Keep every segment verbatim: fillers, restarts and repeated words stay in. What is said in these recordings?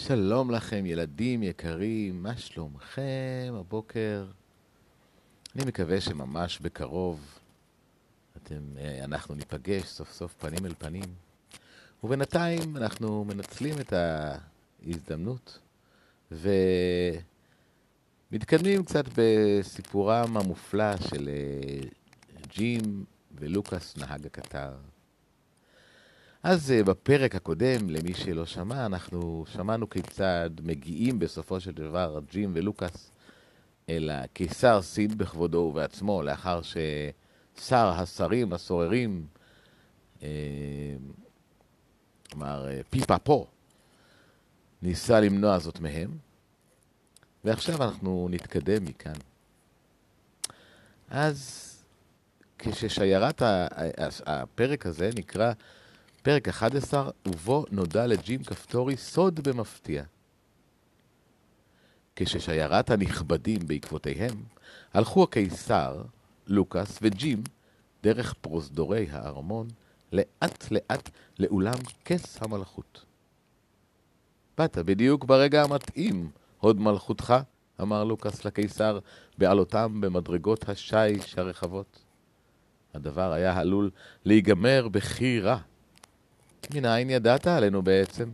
שלום לכם ילדים יקרים, מה שלומכם הבוקר? אני מקווה שממש בקרוב אתם, אנחנו ניפגש סוף סוף פנים אל פנים. ובינתיים אנחנו מנצלים את ההזדמנות ומתקדמים קצת בסיפורם המופלא של ג'ים ולוקאס נהג הקטר. אז בפרק הקודם, למי שלא שמע, אנחנו שמענו כיצד מגיעים בסופו של דבר ג'ים ולוקאס אל הקיסר סין בכבודו ובעצמו, לאחר ששר השרים הסוררים, כלומר פיפה פה, ניסה למנוע זאת מהם. ועכשיו אנחנו נתקדם מכאן. אז כששיירת הפרק הזה נקרא פרק אחד עשר, ובו נודע לג'ים כפתורי סוד במפתיע. כששיירת הנכבדים בעקבותיהם, הלכו הקיסר, לוקאס וג'ים דרך פרוזדורי הארמון, לאט לאט לאולם כס המלכות. באת בדיוק ברגע המתאים, הוד מלכותך, אמר לוקאס לקיסר, בעלותם במדרגות השיש הרחבות. הדבר היה עלול להיגמר בכי רע. מנין ידעת עלינו בעצם?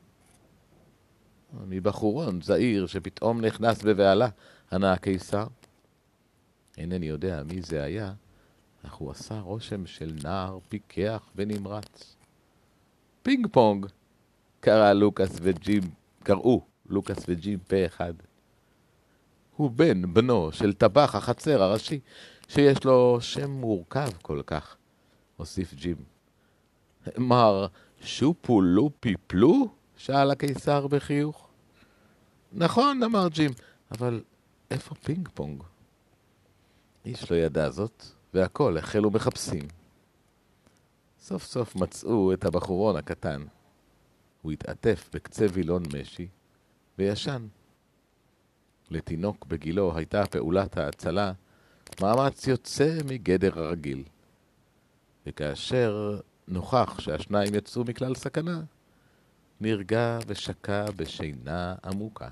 מבחורון זעיר שפתאום נכנס בבעלה, ענה הקיסר. אינני יודע מי זה היה, אך הוא עשה רושם של נער פיקח ונמרץ. פינג פונג, קרא לוקאס וג'ים, קראו לוקאס וג'ים פה אחד. הוא בן בנו של טבח החצר הראשי, שיש לו שם מורכב כל כך, הוסיף ג'ים. מר שופו לופי פלו? שאל הקיסר בחיוך. נכון, אמר ג'ים, אבל איפה פינג פונג? איש לא ידע זאת, והכל החלו מחפשים. סוף סוף מצאו את הבחורון הקטן. הוא התעטף בקצה וילון משי, וישן. לתינוק בגילו הייתה פעולת ההצלה, מאמץ יוצא מגדר הרגיל. וכאשר נוכח שהשניים יצאו מכלל סכנה, נרגע ושקע בשינה עמוקה.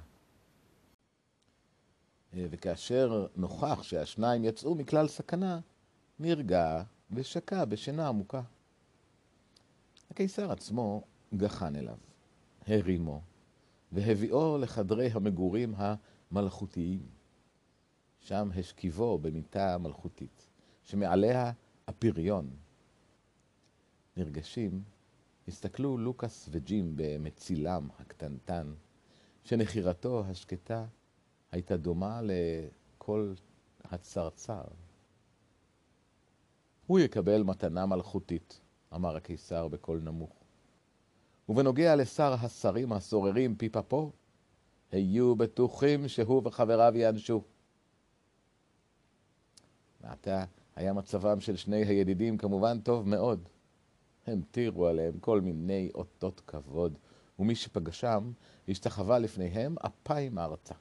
וכאשר נוכח שהשניים יצאו מכלל סכנה, נרגע ושקע בשינה עמוקה. הקיסר עצמו גחן אליו, הרימו, והביאו לחדרי המגורים המלכותיים. שם השכיבו במיטה מלכותית, שמעליה הפריון. נרגשים, הסתכלו לוקאס וג'ים במצילם הקטנטן, שנחירתו השקטה הייתה דומה לכל הצרצר. הוא יקבל מתנה מלכותית, אמר הקיסר בקול נמוך. ובנוגע לשר השרים הסוררים פיפה פה, היו בטוחים שהוא וחבריו יענשו. מעתה היה מצבם של שני הידידים כמובן טוב מאוד. הם תירו עליהם כל מיני אותות כבוד, ומי שפגשם השתחווה לפניהם אפיים ארצה.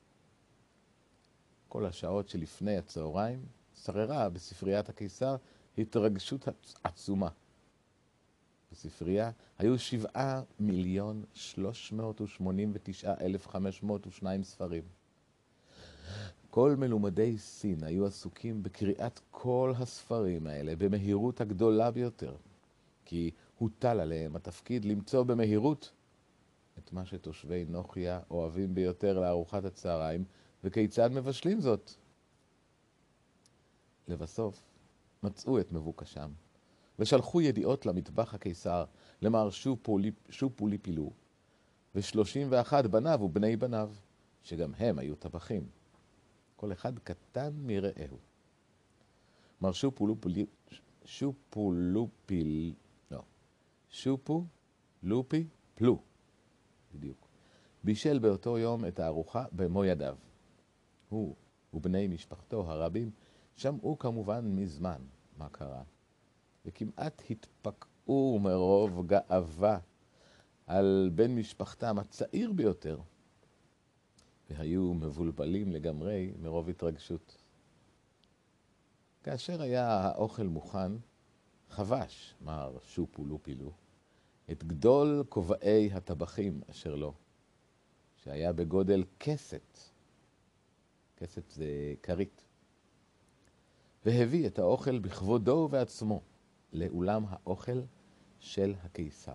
כל השעות שלפני הצהריים שררה בספריית הקיסר התרגשות עצומה. בספרייה היו שבעה מיליון שלוש מאות ושמונים ותשעה אלף חמש מאות ושניים ספרים. כל מלומדי סין היו עסוקים בקריאת כל הספרים האלה במהירות הגדולה ביותר, כי הוטל עליהם התפקיד למצוא במהירות את מה שתושבי נוחיה אוהבים ביותר לארוחת הצהריים, וכיצד מבשלים זאת. לבסוף מצאו את מבוקשם, ושלחו ידיעות למטבח הקיסר, למר שופו ליפילו, ושלושים ואחד בניו ובני בניו, שגם הם היו טבחים. כל אחד קטן מרעהו. מר שופו לופי, שופו לופיל, לא, שופו לופי פלו, בדיוק. בישל באותו יום את הארוחה במו ידיו. הוא ובני משפחתו הרבים שמעו כמובן מזמן מה קרה, וכמעט התפקעו מרוב גאווה על בן משפחתם הצעיר ביותר, והיו מבולבלים לגמרי מרוב התרגשות. כאשר היה האוכל מוכן, חבש מר שופו לופילו את גדול כובעי הטבחים אשר לו, שהיה בגודל כסת. כסת זה כרית. והביא את האוכל בכבודו ובעצמו לאולם האוכל של הקיסר.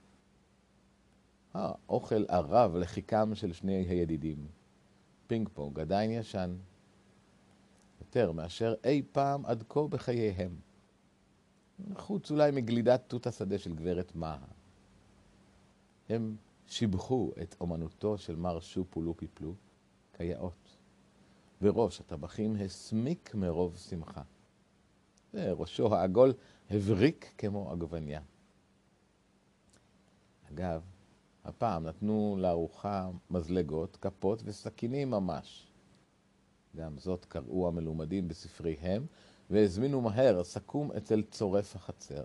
האוכל ערב לחיקם של שני הידידים. פינג פונג עדיין ישן, יותר מאשר אי פעם עד כה בחייהם. חוץ אולי מגלידת תות השדה של גברת מה. הם שיבחו את אומנותו של מר שופו לופי פלו כיאות. וראש הטבחים הסמיק מרוב שמחה. וראשו העגול הבריק כמו עגבניה. אגב, הפעם נתנו לארוחה מזלגות, כפות וסכינים ממש. גם זאת קראו המלומדים בספריהם, והזמינו מהר סכום אצל צורף החצר.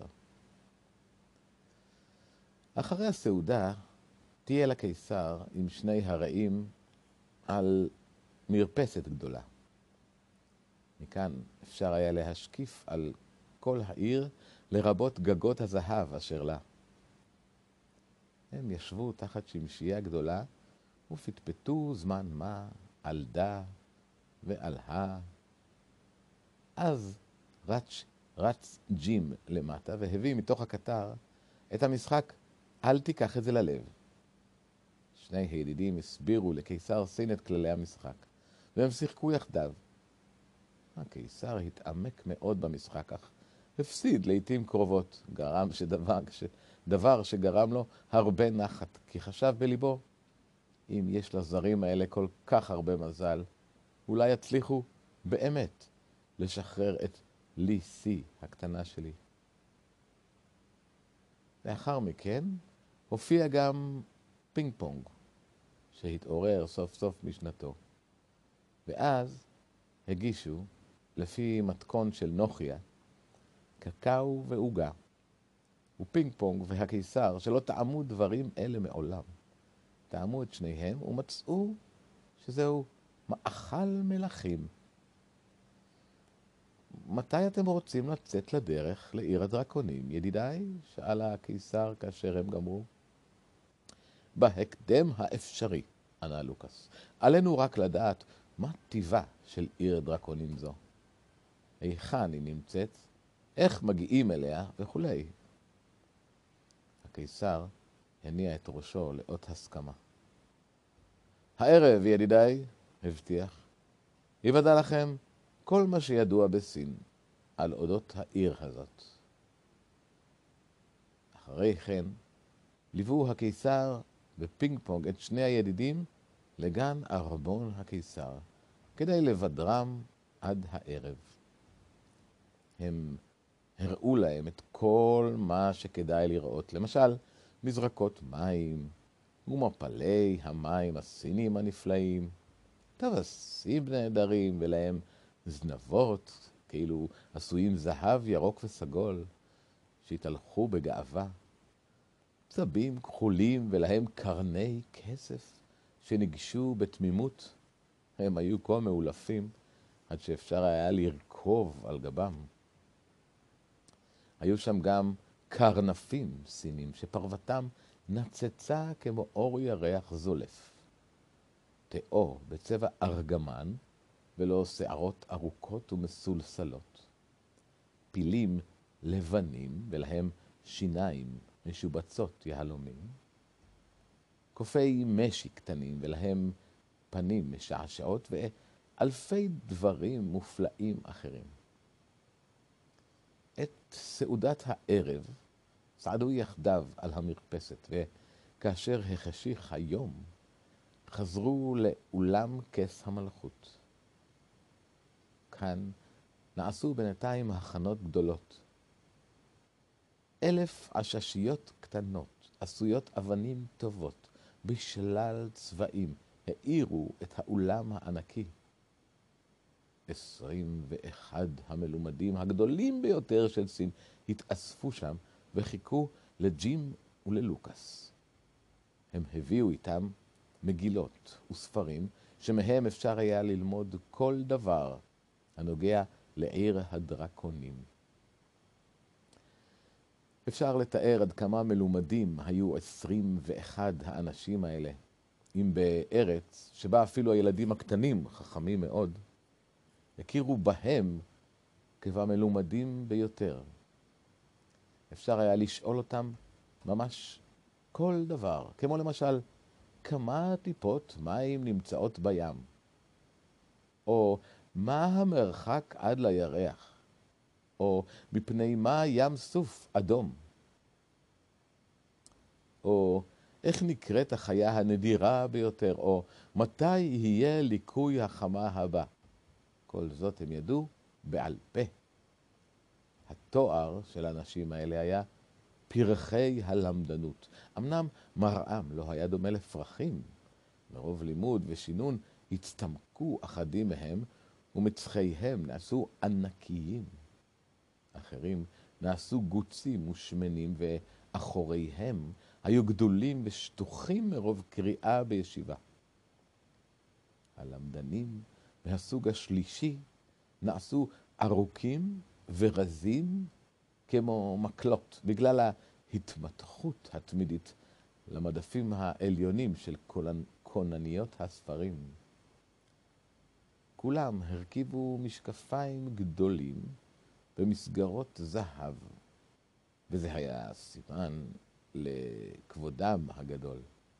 אחרי הסעודה תהיה לקיסר עם שני הרעים על מרפסת גדולה. מכאן אפשר היה להשקיף על כל העיר, לרבות גגות הזהב אשר לה. הם ישבו תחת שמשייה גדולה ופטפטו זמן מה על דה ועל ה. אז רץ, רץ ג'ים למטה והביא מתוך הקטר את המשחק אל תיקח את זה ללב. שני הידידים הסבירו לקיסר סין את כללי המשחק, והם שיחקו יחדיו. הקיסר התעמק מאוד במשחק, אך הפסיד לעתים קרובות, גרם שדבר, דבר שגרם לו הרבה נחת, כי חשב בליבו, אם יש לזרים האלה כל כך הרבה מזל, אולי יצליחו באמת לשחרר את לי סי הקטנה שלי. לאחר מכן הופיע גם פינג פונג, שהתעורר סוף סוף משנתו. ואז הגישו, לפי מתכון של נוחיה, קקאו ועוגה. ופינג פונג והקיסר, שלא טעמו דברים אלה מעולם, טעמו את שניהם ומצאו שזהו מאכל מלכים. מתי אתם רוצים לצאת לדרך לעיר הדרקונים, ידידיי? שאל הקיסר כאשר הם גמרו. בהקדם האפשרי, ענה לוקאס. עלינו רק לדעת מה טיבה של עיר דרקונים זו. היכן היא נמצאת, איך מגיעים אליה וכו'. הקיסר הניע את ראשו לאות הסכמה. הערב, ידידיי, הבטיח, יוודע לכם כל מה שידוע בסין על אודות העיר הזאת. אחרי כן, ליוו הקיסר בפינג פונג את שני הידידים לגן ארמון הקיסר, כדי לבדרם עד הערב. הם הראו להם את כל מה שכדאי לראות, למשל מזרקות מים ומפלי המים הסינים הנפלאים, טווסים נהדרים ולהם זנבות, כאילו עשויים זהב ירוק וסגול, שהתהלכו בגאווה, צבים כחולים ולהם קרני כסף שניגשו בתמימות. הם היו כה מאולפים עד שאפשר היה לרכוב על גבם. היו שם גם קרנפים סינים שפרוותם נצצה כמו אור ירח זולף. תאו בצבע ארגמן ולא שערות ארוכות ומסולסלות. פילים לבנים ולהם שיניים משובצות יהלומים. קופי משי קטנים ולהם פנים משעשעות ואלפי דברים מופלאים אחרים. את סעודת הערב צעדו יחדיו על המרפסת, וכאשר החשיך היום חזרו לאולם כס המלכות. כאן נעשו בינתיים הכנות גדולות. אלף עששיות קטנות, עשויות אבנים טובות, בשלל צבעים, האירו את האולם הענקי. עשרים ואחד המלומדים הגדולים ביותר של סין התאספו שם וחיכו לג'ים וללוקאס. הם הביאו איתם מגילות וספרים שמהם אפשר היה ללמוד כל דבר הנוגע לעיר הדרקונים. אפשר לתאר עד כמה מלומדים היו עשרים ואחד האנשים האלה, אם בארץ שבה אפילו הילדים הקטנים, חכמים מאוד, הכירו בהם כבמלומדים ביותר. אפשר היה לשאול אותם ממש כל דבר, כמו למשל, כמה טיפות מים נמצאות בים? או מה המרחק עד לירח? או מפני מה ים סוף אדום? או איך נקראת החיה הנדירה ביותר? או מתי יהיה ליקוי החמה הבא? כל זאת הם ידעו בעל פה. התואר של האנשים האלה היה פרחי הלמדנות. אמנם מראם לא היה דומה לפרחים. מרוב לימוד ושינון הצטמקו אחדים מהם, ומצחיהם נעשו ענקיים. אחרים נעשו גוצים ושמנים, ואחוריהם היו גדולים ושטוחים מרוב קריאה בישיבה. הלמדנים מהסוג השלישי נעשו ארוכים ורזים כמו מקלות, בגלל ההתמתחות התמידית למדפים העליונים של כונניות הספרים. כולם הרכיבו משקפיים גדולים במסגרות זהב, וזה היה סימן לכבודם הגדול.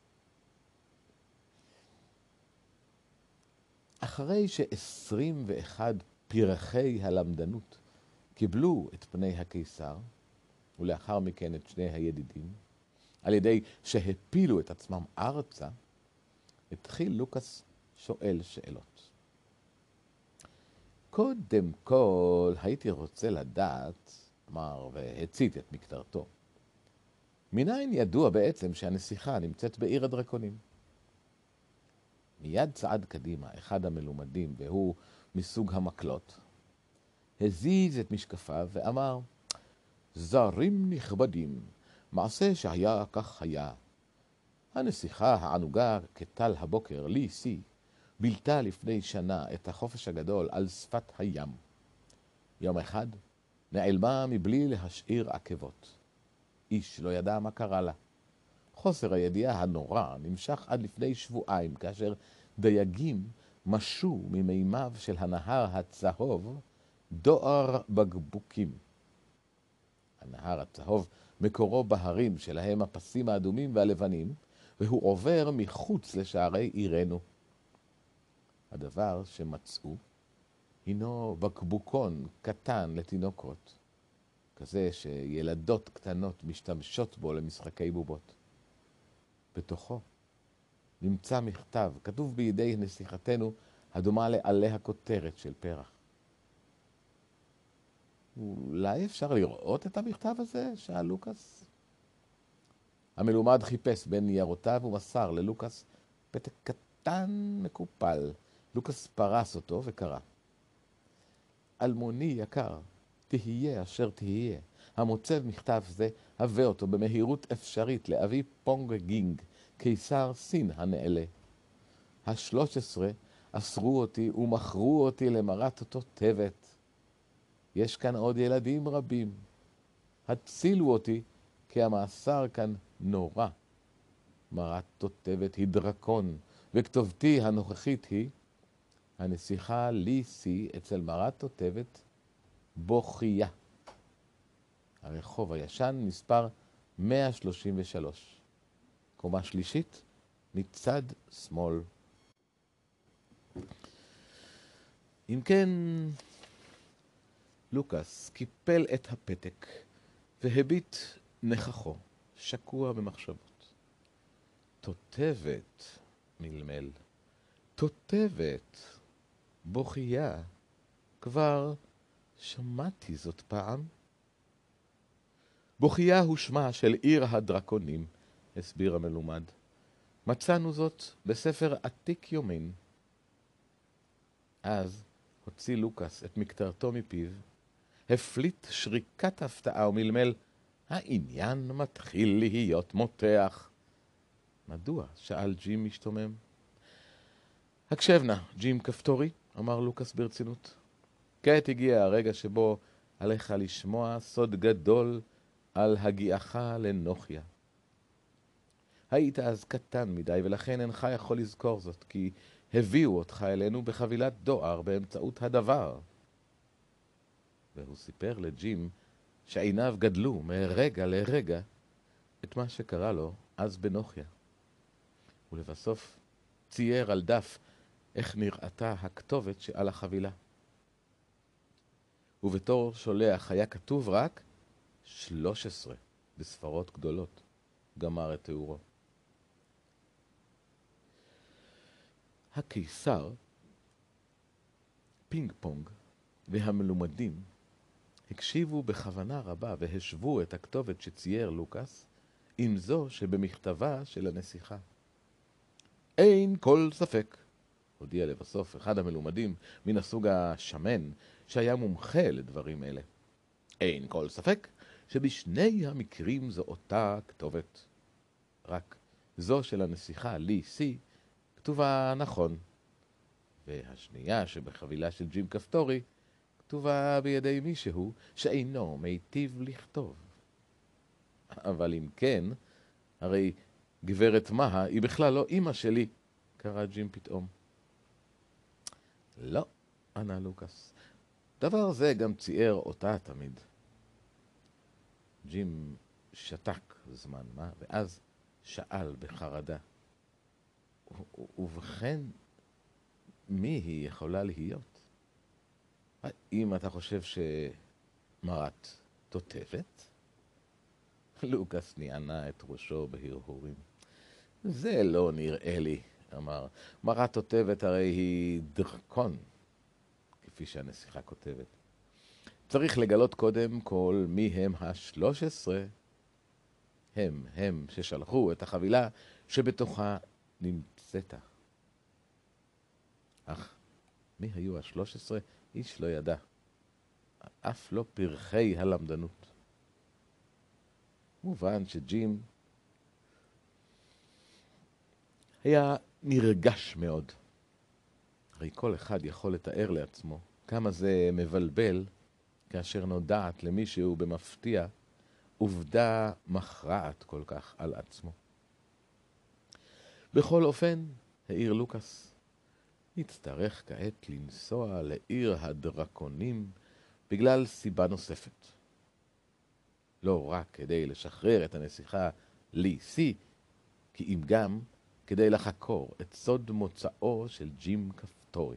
אחרי שעשרים ואחד פרחי הלמדנות קיבלו את פני הקיסר, ולאחר מכן את שני הידידים, על ידי שהפילו את עצמם ארצה, התחיל לוקאס שואל שאלות. קודם כל, הייתי רוצה לדעת, אמר והצית את מקטרתו, מניין ידוע בעצם שהנסיכה נמצאת בעיר הדרקונים? מיד צעד קדימה אחד המלומדים, והוא מסוג המקלות, הזיז את משקפיו ואמר, זרים נכבדים, מעשה שהיה כך היה. הנסיכה הענוגה כטל הבוקר, לי סי, בילתה לפני שנה את החופש הגדול על שפת הים. יום אחד נעלמה מבלי להשאיר עקבות. איש לא ידע מה קרה לה. חוסר הידיעה הנורא נמשך עד לפני שבועיים, כאשר דייגים משו ממימיו של הנהר הצהוב דואר בקבוקים. הנהר הצהוב מקורו בהרים שלהם הפסים האדומים והלבנים, והוא עובר מחוץ לשערי עירנו. הדבר שמצאו הינו בקבוקון קטן לתינוקות, כזה שילדות קטנות משתמשות בו למשחקי בובות. בתוכו נמצא מכתב, כתוב בידי נסיכתנו, הדומה לעלי הכותרת של פרח. אולי אפשר לראות את המכתב הזה? שאל לוקאס. המלומד חיפש בין ניירותיו ומסר ללוקאס פתק קטן מקופל. לוקאס פרס אותו וקרא. אלמוני יקר, תהיה אשר תהיה. המוצב מכתב זה, הבא אותו במהירות אפשרית לאבי פונג גינג, קיסר סין הנעלה. השלוש עשרה אסרו אותי ומכרו אותי למרת אותו טבת. יש כאן עוד ילדים רבים. הצילו אותי, כי המאסר כאן נורא. מרת תותבת היא דרקון, וכתובתי הנוכחית היא, הנסיכה לי סי אצל מרת תותבת בוכייה. הרחוב הישן מספר מאה שלושים ושלוש. קומה שלישית מצד שמאל. אם כן, לוקאס קיפל את הפתק והביט נכחו, שקוע במחשבות. תותבת, מלמל, תותבת, בוכייה, כבר שמעתי זאת פעם. בוכייה הוא שמה של עיר הדרקונים, הסביר המלומד. מצאנו זאת בספר עתיק יומין. אז הוציא לוקאס את מקטרתו מפיו, הפליט שריקת הפתעה ומלמל, העניין מתחיל להיות מותח. מדוע? שאל ג'ים משתומם. הקשב נא, ג'ים כפתורי, אמר לוקאס ברצינות. כעת הגיע הרגע שבו עליך לשמוע סוד גדול על הגיעך לנוחיה. היית אז קטן מדי, ולכן אינך יכול לזכור זאת, כי הביאו אותך אלינו בחבילת דואר באמצעות הדבר. והוא סיפר לג'ים שעיניו גדלו מרגע לרגע את מה שקרה לו אז בנוחיה. ולבסוף צייר על דף איך נראתה הכתובת שעל החבילה. ובתור שולח היה כתוב רק שלוש עשרה בספרות גדולות. גמר את תיאורו. הקיסר, פינג פונג והמלומדים הקשיבו בכוונה רבה והשוו את הכתובת שצייר לוקאס עם זו שבמכתבה של הנסיכה. אין כל ספק, הודיע לבסוף אחד המלומדים מן הסוג השמן שהיה מומחה לדברים אלה. אין כל ספק שבשני המקרים זו אותה כתובת. רק זו של הנסיכה לי סי כתובה נכון, והשנייה שבחבילה של ג'ים כפתורי כתובה בידי מישהו שאינו מיטיב לכתוב. אבל אם כן, הרי גברת מה היא בכלל לא אמא שלי, קרא ג'ים פתאום. לא, ענה לוקאס. דבר זה גם צייר אותה תמיד. ג'ים שתק זמן מה, ואז שאל בחרדה. ובכן, מי היא יכולה להיות? האם אתה חושב שמרת תותבת? לוקאס נענה את ראשו בהרהורים. זה לא נראה לי, אמר. מרת תותבת הרי היא דרקון, כפי שהנסיכה כותבת. צריך לגלות קודם כל מי הם השלוש עשרה. הם, הם ששלחו את החבילה שבתוכה נמצאת. אך מי היו השלוש עשרה? איש לא ידע. אף לא פרחי הלמדנות. מובן שג'ים היה נרגש מאוד. הרי כל אחד יכול לתאר לעצמו כמה זה מבלבל כאשר נודעת למישהו במפתיע עובדה מכרעת כל כך על עצמו. בכל אופן, העיר לוקאס, נצטרך כעת לנסוע לעיר הדרקונים בגלל סיבה נוספת. לא רק כדי לשחרר את הנסיכה לי סי, כי אם גם כדי לחקור את סוד מוצאו של ג'ים כפתורי.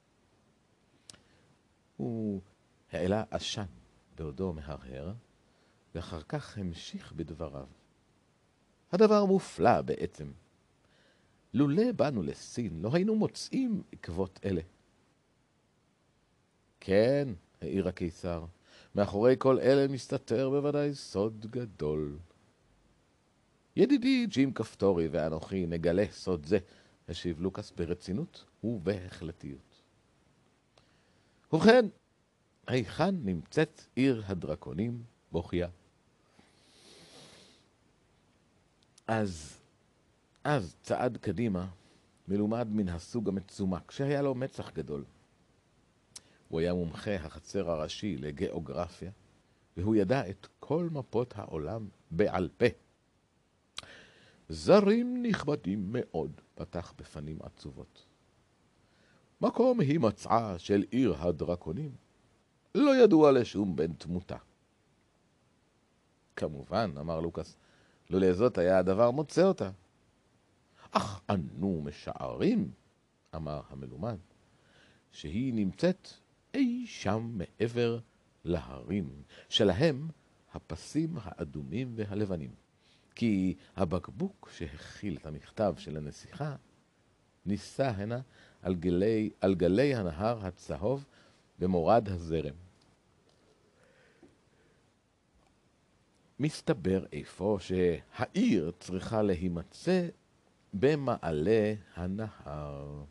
הוא העלה עשן בעודו מהרהר, ואחר כך המשיך בדבריו. הדבר מופלא בעצם. לולא באנו לסין, לא היינו מוצאים עקבות אלה. כן, העיר הקיסר, מאחורי כל אלה מסתתר בוודאי סוד גדול. ידידי ג'ים כפתורי ואנוכי נגלה סוד זה, השיב לוקאס ברצינות ובהחלטיות. ובכן, היכן נמצאת עיר הדרקונים בוכיה? אז, אז צעד קדימה, מלומד מן הסוג המצומק, שהיה לו מצח גדול. הוא היה מומחה החצר הראשי לגיאוגרפיה, והוא ידע את כל מפות העולם בעל פה. זרים נכבדים מאוד, פתח בפנים עצובות. מקום הימצאה של עיר הדרקונים לא ידוע לשום בן תמותה. כמובן, אמר לוקאס, לולא זאת היה הדבר מוצא אותה. אך אנו משערים, אמר המלומד, שהיא נמצאת אי שם מעבר להרים, שלהם הפסים האדומים והלבנים. כי הבקבוק שהכיל את המכתב של הנסיכה ניסה הנה על גלי, על גלי הנהר הצהוב במורד הזרם. מסתבר איפה שהעיר צריכה להימצא במעלה הנהר.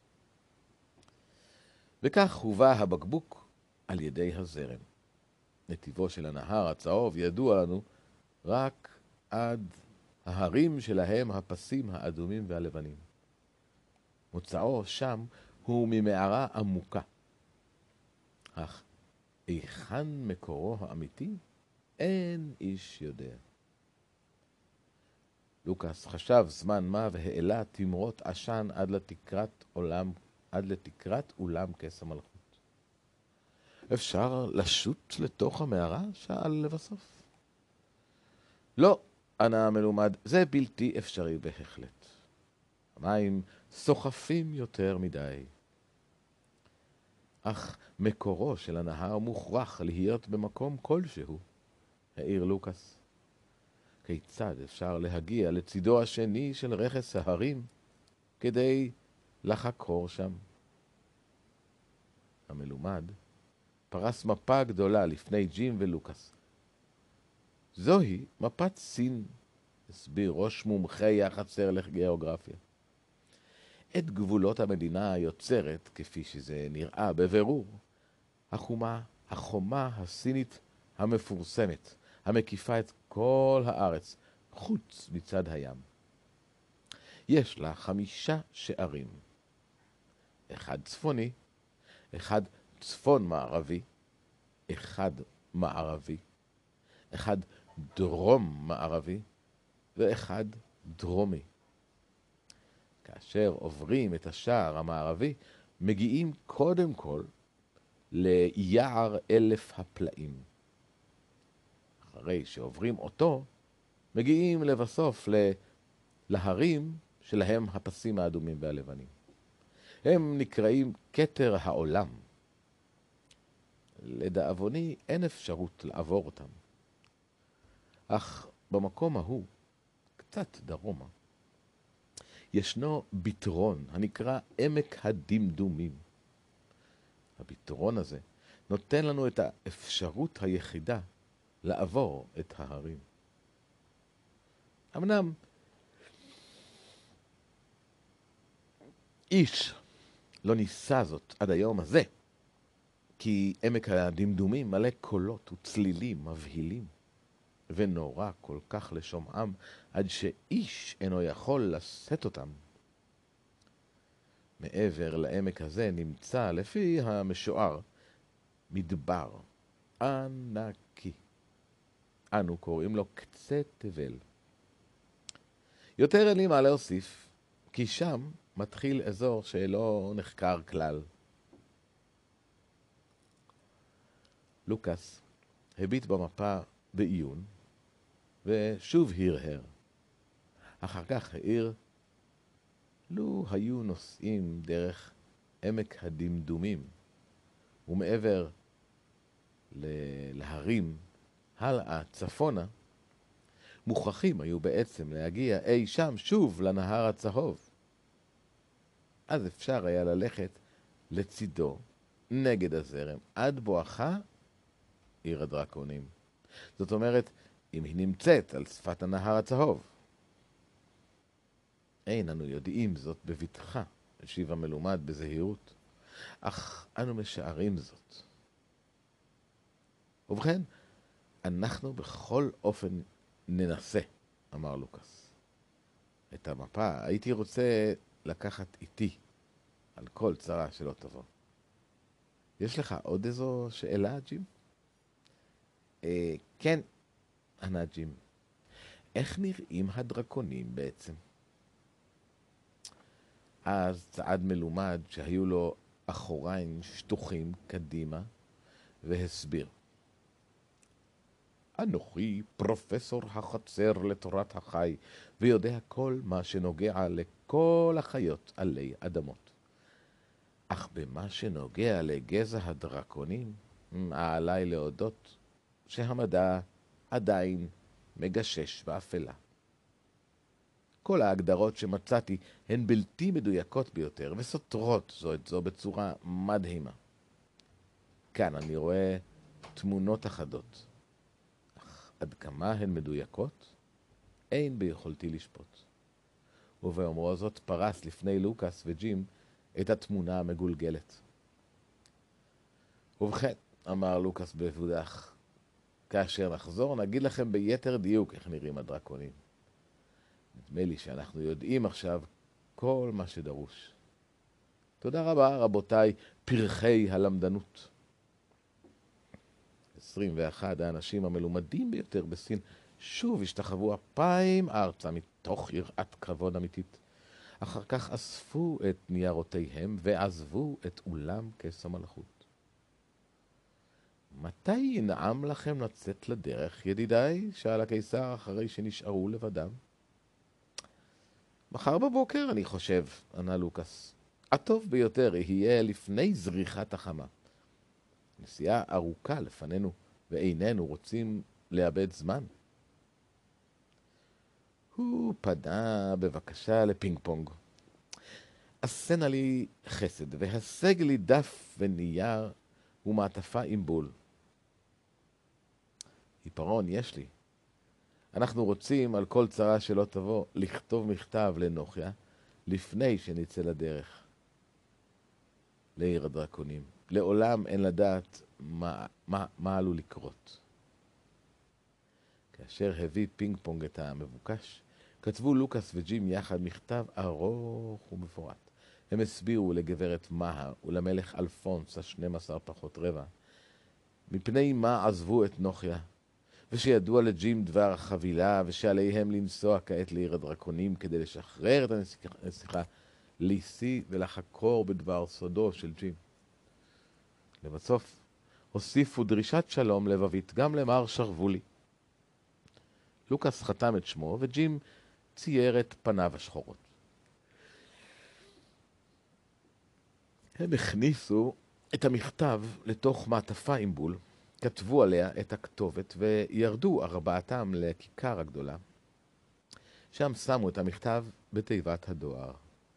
וכך הובא הבקבוק על ידי הזרם. נתיבו של הנהר הצהוב ידוע לנו רק עד ההרים שלהם הפסים האדומים והלבנים. מוצאו שם הוא ממערה עמוקה. אך היכן מקורו האמיתי? אין איש יודע. לוקאס חשב זמן מה והעלה תמרות עשן עד לתקרת עולם, עד לתקרת אולם כס המלכות. אפשר לשוט לתוך המערה? שאל לבסוף. לא, ענה המלומד, זה בלתי אפשרי בהחלט. המים סוחפים יותר מדי. אך מקורו של הנהר מוכרח להיות במקום כלשהו, העיר לוקאס. כיצד אפשר להגיע לצידו השני של רכס ההרים כדי לחקור שם? המלומד פרס מפה גדולה לפני ג'ים ולוקאס. זוהי מפת סין, הסביר ראש מומחי החצר לגיאוגרפיה. את גבולות המדינה היוצרת, כפי שזה נראה בבירור, החומה, החומה הסינית המפורסמת, המקיפה את כל הארץ, חוץ מצד הים. יש לה חמישה שערים. אחד צפוני, אחד צפון מערבי, אחד מערבי, אחד דרום מערבי, ואחד דרומי. כאשר עוברים את השער המערבי, מגיעים קודם כל ליער אלף הפלאים. אחרי שעוברים אותו, מגיעים לבסוף להרים שלהם הפסים האדומים והלבנים. הם נקראים כתר העולם. לדאבוני אין אפשרות לעבור אותם. אך במקום ההוא, קצת דרומה, ישנו ביתרון הנקרא עמק הדמדומים. הביתרון הזה נותן לנו את האפשרות היחידה לעבור את ההרים. אמנם איש לא ניסה זאת עד היום הזה, כי עמק הדמדומים מלא קולות וצלילים מבהילים, ונורא כל כך לשומעם עד שאיש אינו יכול לשאת אותם. מעבר לעמק הזה נמצא, לפי המשוער, מדבר ענקי. אנו קוראים לו קצה תבל. יותר אין לי מה להוסיף, כי שם מתחיל אזור שלא נחקר כלל. לוקאס הביט במפה בעיון, ושוב הרהר. אחר כך העיר, לו היו נוסעים דרך עמק הדמדומים, ומעבר להרים הלאה צפונה, מוכרחים היו בעצם להגיע אי שם שוב לנהר הצהוב. אז אפשר היה ללכת לצידו, נגד הזרם, עד בואכה עיר הדרקונים. זאת אומרת, אם היא נמצאת על שפת הנהר הצהוב. אין אנו יודעים זאת בבטחה, השיב המלומד בזהירות, אך אנו משערים זאת. ובכן, אנחנו בכל אופן ננסה, אמר לוקאס. את המפה הייתי רוצה לקחת איתי, על כל צרה שלא תבוא. יש לך עוד איזו שאלה, ג'ים? אה, כן, ענה ג'ים. איך נראים הדרקונים בעצם? אז צעד מלומד שהיו לו אחוריים שטוחים קדימה, והסביר. אנוכי פרופסור החצר לתורת החי, ויודע כל מה שנוגע לכל החיות עלי אדמות. אך במה שנוגע לגזע הדרקונים, עליי להודות שהמדע עדיין מגשש באפלה. כל ההגדרות שמצאתי הן בלתי מדויקות ביותר וסותרות זו את זו בצורה מדהימה. כאן אני רואה תמונות אחדות. אך עד כמה הן מדויקות? אין ביכולתי לשפוט. ובאומרו זאת פרס לפני לוקאס וג'ים את התמונה המגולגלת. ובכן, אמר לוקאס בבודח, כאשר נחזור נגיד לכם ביתר דיוק איך נראים הדרקונים. נדמה לי שאנחנו יודעים עכשיו כל מה שדרוש. תודה רבה רבותיי פרחי הלמדנות. עשרים ואחד האנשים המלומדים ביותר בסין שוב השתחוו אפיים ארצה מתוך יראת כבוד אמיתית. אחר כך אספו את ניירותיהם ועזבו את אולם כס המלכות. מתי ינעם לכם לצאת לדרך, ידידיי? שאל הקיסר אחרי שנשארו לבדם. מחר בבוקר, אני חושב, ענה לוקאס. הטוב ביותר יהיה לפני זריחת החמה. נסיעה ארוכה לפנינו, ואיננו רוצים לאבד זמן. הוא פנה בבקשה לפינג פונג. עשנה לי חסד, והשג לי דף ונייר ומעטפה עם בול. עיפרון יש לי. אנחנו רוצים על כל צרה שלא תבוא לכתוב מכתב לנוחיה לפני שנצא לדרך. לעיר הדרקונים. לעולם אין לדעת מה, מה, מה עלול לקרות. כאשר הביא פינג פונג את המבוקש, כתבו לוקאס וג'ים יחד מכתב ארוך ומפורט. הם הסבירו לגברת מהר ולמלך אלפונס ה-שנים עשר פחות רבע, מפני מה עזבו את נוחיה, ושידוע לג'ים דבר החבילה, ושעליהם לנסוע כעת לעיר הדרקונים כדי לשחרר את הנסיכה ליסי ולחקור בדבר סודו של ג'ים. לבסוף הוסיפו דרישת שלום לבבית גם למר שרוולי. לוקאס חתם את שמו וג'ים צייר את פניו השחורות. הם הכניסו את המכתב לתוך מעטפה עם בול, כתבו עליה את הכתובת וירדו ארבעתם לכיכר הגדולה. שם שמו את המכתב בתיבת הדואר.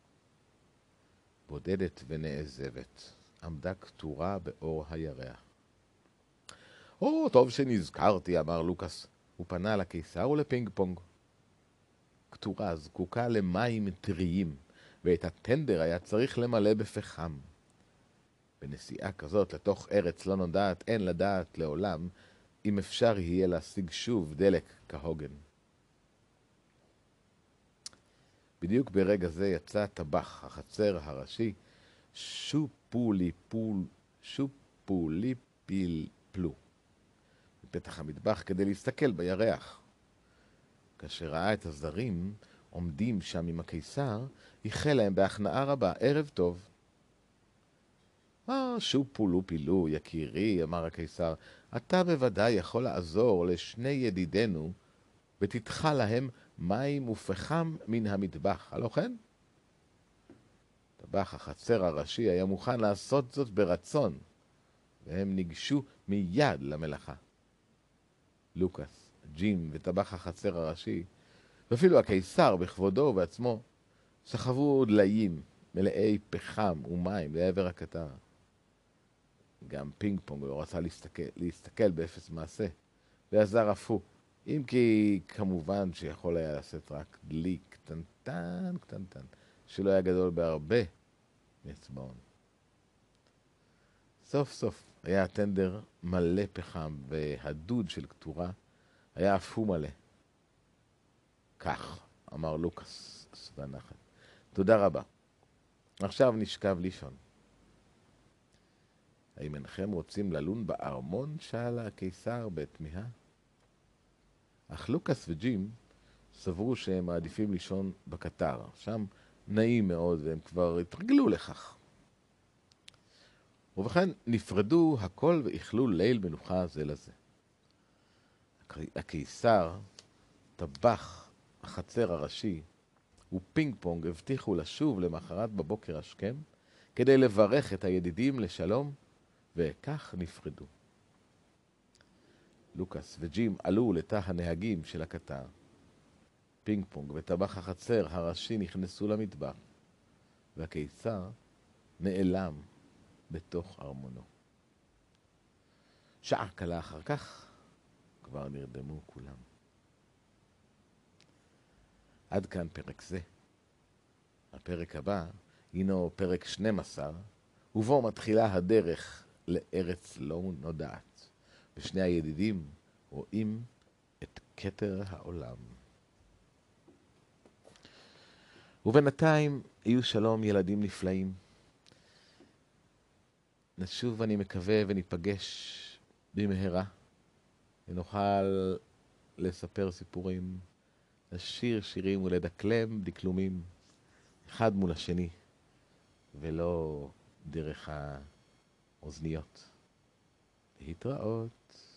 בודדת ונעזבת, עמדה כתורה באור הירח. או, טוב שנזכרתי, אמר לוקאס. הוא פנה לקיסר ולפינג פונג. כתורה זקוקה למים טריים, ואת הטנדר היה צריך למלא בפחם. בנסיעה כזאת לתוך ארץ לא נודעת, אין לדעת לעולם אם אפשר יהיה להשיג שוב דלק כהוגן. בדיוק ברגע זה יצא טבח החצר הראשי, שופולי פול, שופולי פיל פלו, מפתח המטבח כדי להסתכל בירח. כאשר ראה את הזרים עומדים שם עם הקיסר, איחל להם בהכנעה רבה, ערב טוב. אה, שופולו פילו, יקירי, אמר הקיסר, אתה בוודאי יכול לעזור לשני ידידינו, ותתחה להם מים ופחם מן המטבח, הלא כן? טבח החצר הראשי היה מוכן לעשות זאת ברצון, והם ניגשו מיד למלאכה. לוקאס, ג'ים וטבח החצר הראשי, ואפילו הקיסר בכבודו ובעצמו, סחבו דליים מלאי פחם ומים לעבר הקטר. גם פינג פונג לא רצה להסתכל, להסתכל באפס מעשה, ועזר אף הוא, אם כי כמובן שיכול היה לעשות רק דלי קטנטן קטנטן, שלא היה גדול בהרבה מאצבעון. סוף סוף היה הטנדר מלא פחם, והדוד של כתורה היה אף הוא מלא. כך, אמר לוקאס שבע נחת. תודה רבה. עכשיו נשכב לישון. האם אינכם רוצים ללון בארמון? שאל הקיסר בתמיהה. אך לוקאס וג'ים סברו שהם מעדיפים לישון בקטר. שם נעים מאוד והם כבר התרגלו לכך. ובכן נפרדו הכל ואיכלו ליל מנוחה זה לזה. הקיסר, טבח החצר הראשי ופינג פונג הבטיחו לשוב למחרת בבוקר השכם כדי לברך את הידידים לשלום, וכך נפרדו. לוקאס וג'ים עלו לתא הנהגים של הקטר. פינג פונג וטבח החצר הראשי נכנסו למטבח, והקיסר נעלם בתוך ארמונו. שעה קלה אחר כך כבר נרדמו כולם. עד כאן פרק זה. הפרק הבא הינו פרק שנים עשר, ובו מתחילה הדרך לארץ לא נודעת, ושני הידידים רואים את כתר העולם. ובינתיים יהיו שלום ילדים נפלאים. נשוב אני מקווה וניפגש במהרה, ונוכל לספר סיפורים, לשיר שירים ולדקלם דקלומים, אחד מול השני, ולא דרך האוזניות. להתראות.